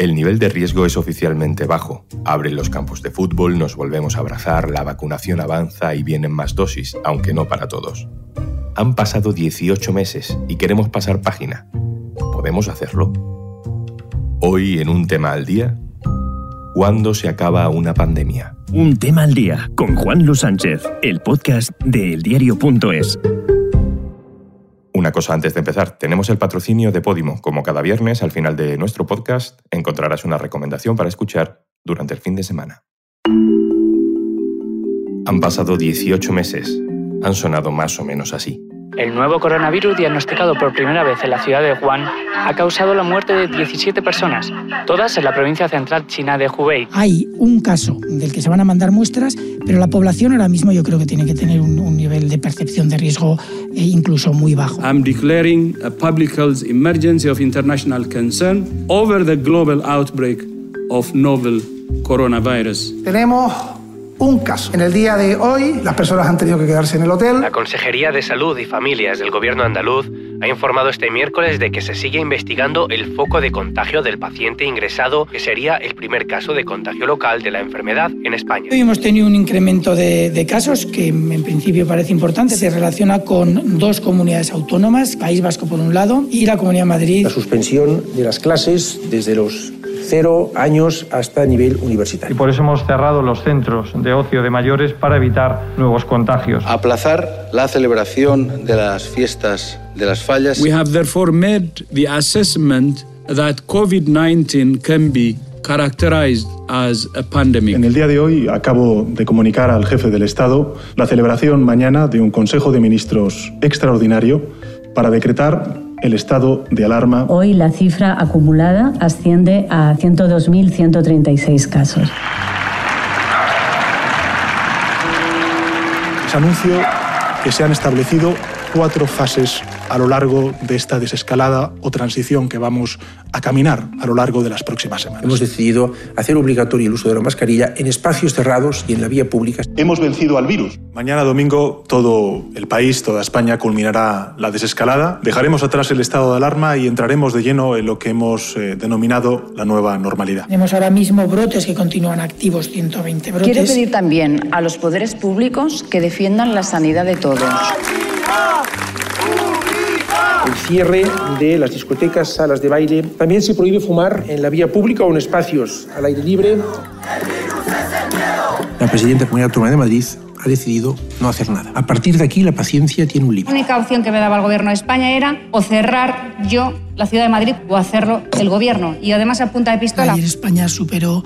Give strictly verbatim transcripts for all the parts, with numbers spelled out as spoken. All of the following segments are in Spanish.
El nivel de riesgo es oficialmente bajo. Abren los campos de fútbol, nos volvemos a abrazar, la vacunación avanza y vienen más dosis, aunque no para todos. Han pasado dieciocho meses y queremos pasar página. ¿Podemos hacerlo? Hoy, en Un Tema al Día, ¿cuándo se acaba una pandemia? Un Tema al Día, con Juan Luis Sánchez, el podcast de el diario punto es. Una cosa antes de empezar, tenemos el patrocinio de Podimo. Como cada viernes, al final de nuestro podcast, encontrarás una recomendación para escuchar durante el fin de semana. Han pasado dieciocho meses. Han sonado más o menos así. El nuevo coronavirus, diagnosticado por primera vez en la ciudad de Wuhan, ha causado la muerte de diecisiete personas, todas en la provincia central china de Hubei. Hay un caso del que se van a mandar muestras, pero la población ahora mismo yo creo que tiene que tener un, un nivel de percepción de riesgo eh, incluso muy bajo. I'm declaring a public health emergency of international concern over the global outbreak of novel coronavirus. Tenemos un caso. En el día de hoy, las personas han tenido que quedarse en el hotel. La Consejería de Salud y Familias del Gobierno andaluz ha informado este miércoles de que se sigue investigando el foco de contagio del paciente ingresado, que sería el primer caso de contagio local de la enfermedad en España. Hoy hemos tenido un incremento de, de casos que en principio parece importante. Se relaciona con dos comunidades autónomas, País Vasco por un lado y la Comunidad de Madrid. La suspensión de las clases desde los cero años hasta nivel universitario. Y por eso hemos cerrado los centros de ocio de mayores para evitar nuevos contagios. Aplazar la celebración de las fiestas de las fallas. We have therefore made the assessment that COVID nineteen can be characterized as a pandemic. En el día de hoy acabo de comunicar al jefe del Estado la celebración mañana de un Consejo de Ministros extraordinario para decretar el estado de alarma. Hoy la cifra acumulada asciende a ciento dos mil ciento treinta y seis casos. Les anuncio que se han establecido cuatro fases a lo largo de esta desescalada o transición que vamos a caminar a lo largo de las próximas semanas. Hemos decidido hacer obligatorio el uso de la mascarilla en espacios cerrados y en la vía pública. Hemos vencido al virus. Mañana domingo todo el país, toda España culminará la desescalada. Dejaremos atrás el estado de alarma y entraremos de lleno en lo que hemos eh, denominado la nueva normalidad. Tenemos ahora mismo brotes que continúan activos, ciento veinte brotes. Quiero pedir también a los poderes públicos que defiendan la sanidad de todos. El cierre de las discotecas, salas de baile. También se prohíbe fumar en la vía pública o en espacios al aire libre. La presidenta de la Comunidad Autónoma de Madrid ha decidido no hacer nada. A partir de aquí, la paciencia tiene un límite. La única opción que me daba el Gobierno de España era o cerrar yo la ciudad de Madrid o hacerlo el Gobierno. Y además a punta de pistola. Ayer España superó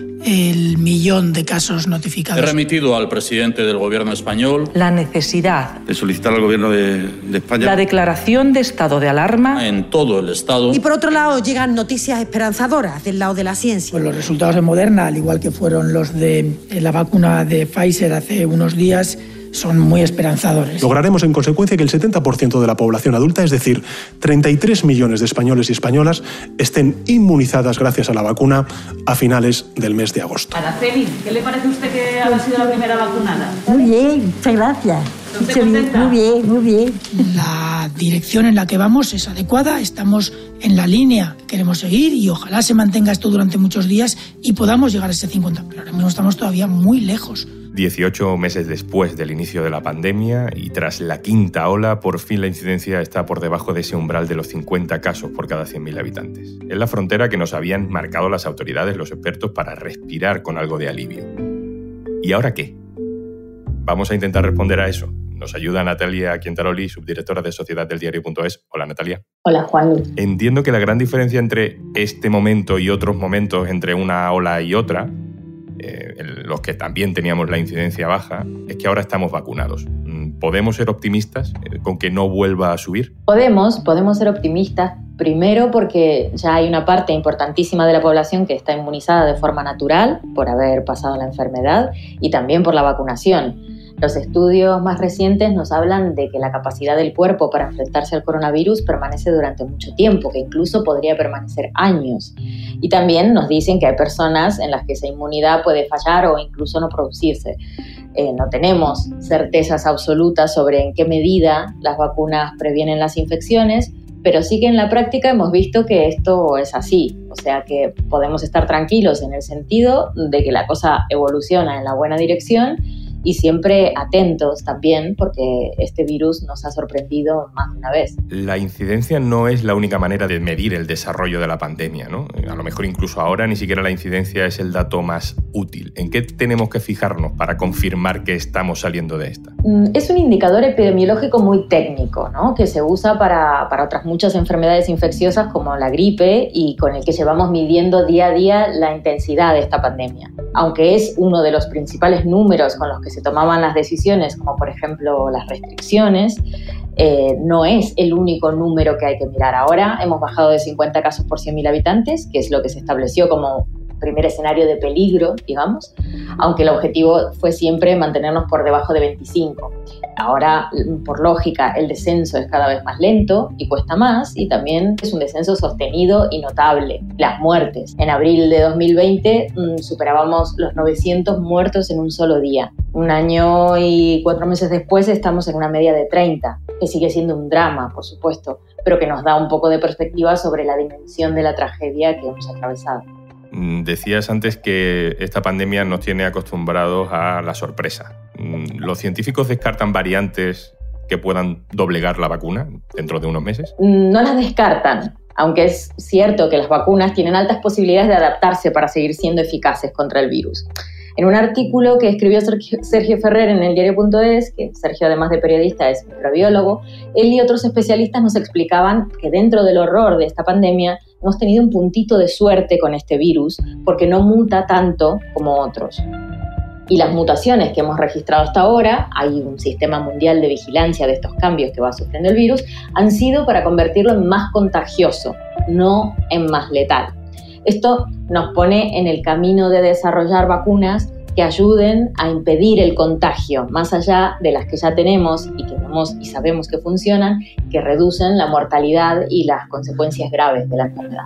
el millón de casos notificados. He remitido al presidente del Gobierno español la necesidad de solicitar al Gobierno de, de España la declaración de estado de alarma en todo el Estado. Y por otro lado llegan noticias esperanzadoras del lado de la ciencia. Pues los resultados de Moderna, al igual que fueron los de la vacuna de Pfizer hace unos días, son muy esperanzadores. Lograremos en consecuencia que el setenta por ciento de la población adulta, es decir, treinta y tres millones de españoles y españolas, estén inmunizadas gracias a la vacuna a finales del mes de agosto. Araceli, ¿qué le parece a usted que ha sido la primera vacunada? Muy bien, muchas gracias. ¿Usted contenta? Muy bien, muy bien. La dirección en la que vamos es adecuada, estamos en la línea que queremos seguir y ojalá se mantenga esto durante muchos días y podamos llegar a ese cincuenta, pero ahora mismo estamos todavía muy lejos. dieciocho meses después del inicio de la pandemia y tras la quinta ola, por fin la incidencia está por debajo de ese umbral de los cincuenta casos por cada cien mil habitantes. Es la frontera que nos habían marcado las autoridades, los expertos, para respirar con algo de alivio. ¿Y ahora qué? Vamos a intentar responder a eso. Nos ayuda Natalia Quientaroli, subdirectora de Sociedad del diario punto es. Hola, Natalia. Hola, Juan. Entiendo que la gran diferencia entre este momento y otros momentos, entre una ola y otra, eh, en los que también teníamos la incidencia baja, es que ahora estamos vacunados. ¿Podemos ser optimistas eh, con que no vuelva a subir? Podemos, podemos ser optimistas. Primero porque ya hay una parte importantísima de la población que está inmunizada de forma natural por haber pasado la enfermedad y también por la vacunación. Los estudios más recientes nos hablan de que la capacidad del cuerpo para enfrentarse al coronavirus permanece durante mucho tiempo, que incluso podría permanecer años. Y también nos dicen que hay personas en las que esa inmunidad puede fallar o incluso no producirse. Eh, no tenemos certezas absolutas sobre en qué medida las vacunas previenen las infecciones, pero sí que en la práctica hemos visto que esto es así, o sea que podemos estar tranquilos en el sentido de que la cosa evoluciona en la buena dirección y siempre atentos también porque este virus nos ha sorprendido más de una vez. La incidencia no es la única manera de medir el desarrollo de la pandemia, ¿no? A lo mejor incluso ahora ni siquiera la incidencia es el dato más útil. ¿En qué tenemos que fijarnos para confirmar que estamos saliendo de esta? Es un indicador epidemiológico muy técnico, ¿no? Que se usa para, para otras muchas enfermedades infecciosas como la gripe y con el que llevamos midiendo día a día la intensidad de esta pandemia. Aunque es uno de los principales números con los que se tomaban las decisiones, como por ejemplo las restricciones, eh, no es el único número que hay que mirar. Ahora hemos bajado de cincuenta casos por cien mil habitantes, que es lo que se estableció como primer escenario de peligro, digamos, aunque el objetivo fue siempre mantenernos por debajo de veinticinco. Ahora, por lógica, el descenso es cada vez más lento y cuesta más, y también es un descenso sostenido y notable. Las muertes. En abril de dos mil veinte mmm, superábamos los novecientos muertos en un solo día. Un año y cuatro meses después estamos en una media de treinta, que sigue siendo un drama, por supuesto, pero que nos da un poco de perspectiva sobre la dimensión de la tragedia que hemos atravesado. Decías antes que esta pandemia nos tiene acostumbrados a la sorpresa. ¿Los científicos descartan variantes que puedan doblegar la vacuna dentro de unos meses? No las descartan, aunque es cierto que las vacunas tienen altas posibilidades de adaptarse para seguir siendo eficaces contra el virus. En un artículo que escribió Sergio, Sergio Ferrer en el diario punto es, que Sergio además de periodista es microbiólogo, él y otros especialistas nos explicaban que dentro del horror de esta pandemia hemos tenido un puntito de suerte con este virus porque no muta tanto como otros. Y las mutaciones que hemos registrado hasta ahora, hay un sistema mundial de vigilancia de estos cambios que va sufriendo el virus, han sido para convertirlo en más contagioso, no en más letal. Esto nos pone en el camino de desarrollar vacunas que ayuden a impedir el contagio, más allá de las que ya tenemos y que vemos y sabemos que funcionan, que reducen la mortalidad y las consecuencias graves de la enfermedad.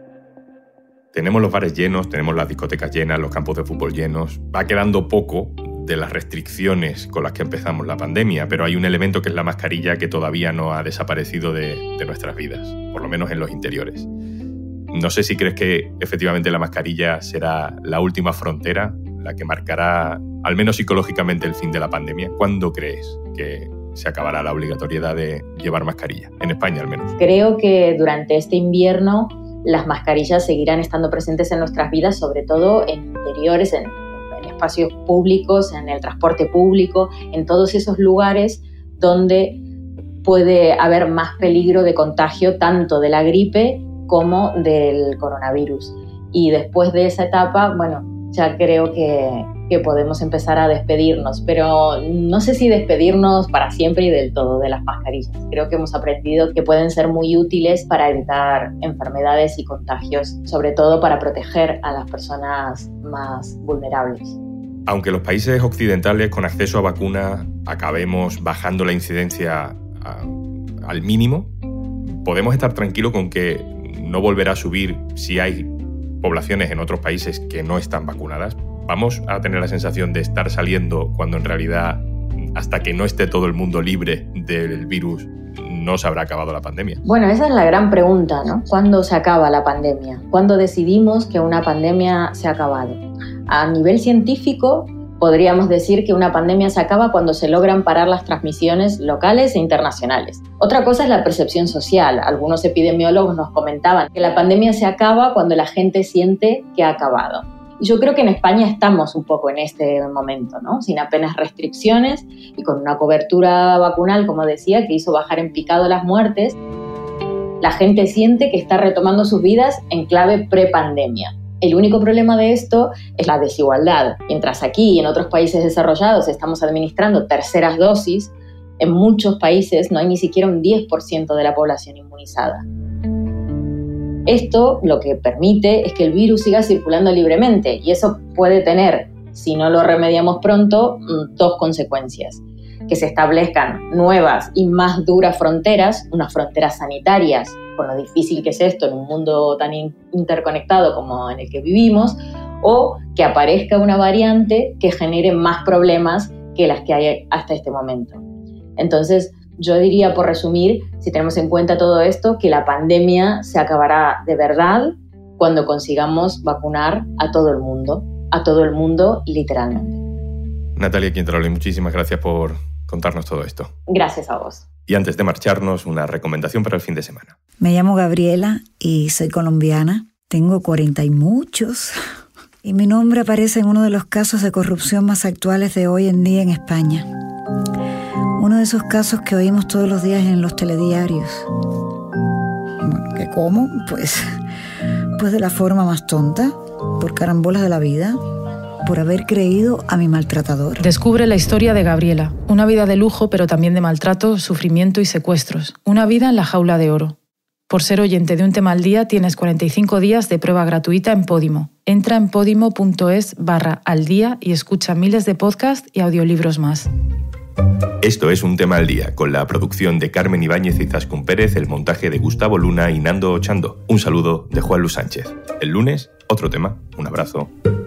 Tenemos los bares llenos, tenemos las discotecas llenas, los campos de fútbol llenos. Va quedando poco de las restricciones con las que empezamos la pandemia, pero hay un elemento que es la mascarilla que todavía no ha desaparecido de, de nuestras vidas, por lo menos en los interiores. No sé si crees que efectivamente la mascarilla será la última frontera, la que marcará, al menos psicológicamente, el fin de la pandemia. ¿Cuándo crees que se acabará la obligatoriedad de llevar mascarilla? En España, al menos. Creo que durante este invierno las mascarillas seguirán estando presentes en nuestras vidas, sobre todo en interiores, en, en espacios públicos, en el transporte público, en todos esos lugares donde puede haber más peligro de contagio tanto de la gripe como del coronavirus. Y después de esa etapa, bueno, ya creo que, que podemos empezar a despedirnos, pero no sé si despedirnos para siempre y del todo de las mascarillas. Creo que hemos aprendido que pueden ser muy útiles para evitar enfermedades y contagios, sobre todo para proteger a las personas más vulnerables. Aunque los países occidentales con acceso a vacunas acabemos bajando la incidencia a, al mínimo, podemos estar tranquilos con que no volverá a subir si hay poblaciones en otros países que no están vacunadas. Vamos a tener la sensación de estar saliendo cuando en realidad, hasta que no esté todo el mundo libre del virus, no se habrá acabado la pandemia. Bueno, esa es la gran pregunta, ¿no? ¿Cuándo se acaba la pandemia? ¿Cuándo decidimos que una pandemia se ha acabado? A nivel científico, podríamos decir que una pandemia se acaba cuando se logran parar las transmisiones locales e internacionales. Otra cosa es la percepción social. Algunos epidemiólogos nos comentaban que la pandemia se acaba cuando la gente siente que ha acabado. Y yo creo que en España estamos un poco en este momento, ¿no? Sin apenas restricciones y con una cobertura vacunal, como decía, que hizo bajar en picado las muertes. La gente siente que está retomando sus vidas en clave prepandemia. El único problema de esto es la desigualdad. Mientras aquí y en otros países desarrollados estamos administrando terceras dosis, en muchos países no hay ni siquiera un diez por ciento de la población inmunizada. Esto lo que permite es que el virus siga circulando libremente y eso puede tener, si no lo remediamos pronto, dos consecuencias. Que se establezcan nuevas y más duras fronteras, unas fronteras sanitarias, con lo difícil que es esto en un mundo tan interconectado como en el que vivimos, o que aparezca una variante que genere más problemas que las que hay hasta este momento. Entonces, Yo diría, por resumir, si tenemos en cuenta todo esto, que la pandemia se acabará de verdad cuando consigamos vacunar a todo el mundo, a todo el mundo literalmente. Natalia Quintroli, muchísimas gracias por contarnos todo esto. Gracias a vos. Y antes de marcharnos, una recomendación para el fin de semana. Me llamo Gabriela y soy colombiana. Tengo cuarenta y muchos. Y mi nombre aparece en uno de los casos de corrupción más actuales de hoy en día en España. Uno de esos casos que oímos todos los días en los telediarios. Bueno, ¿qué cómo? Pues, pues de la forma más tonta, por carambolas de la vida, por haber creído a mi maltratador. Descubre la historia de Gabriela. Una vida de lujo, pero también de maltrato, sufrimiento y secuestros. Una vida en la jaula de oro. Por ser oyente de Un Tema al Día, tienes cuarenta y cinco días de prueba gratuita en Podimo. Entra en podimo.es barra al día y escucha miles de podcasts y audiolibros más. Esto es Un Tema al Día, con la producción de Carmen Ibáñez y Zaskun Pérez, el montaje de Gustavo Luna y Nando Ochando. Un saludo de Juan Luis Sánchez. El lunes, otro tema. Un abrazo.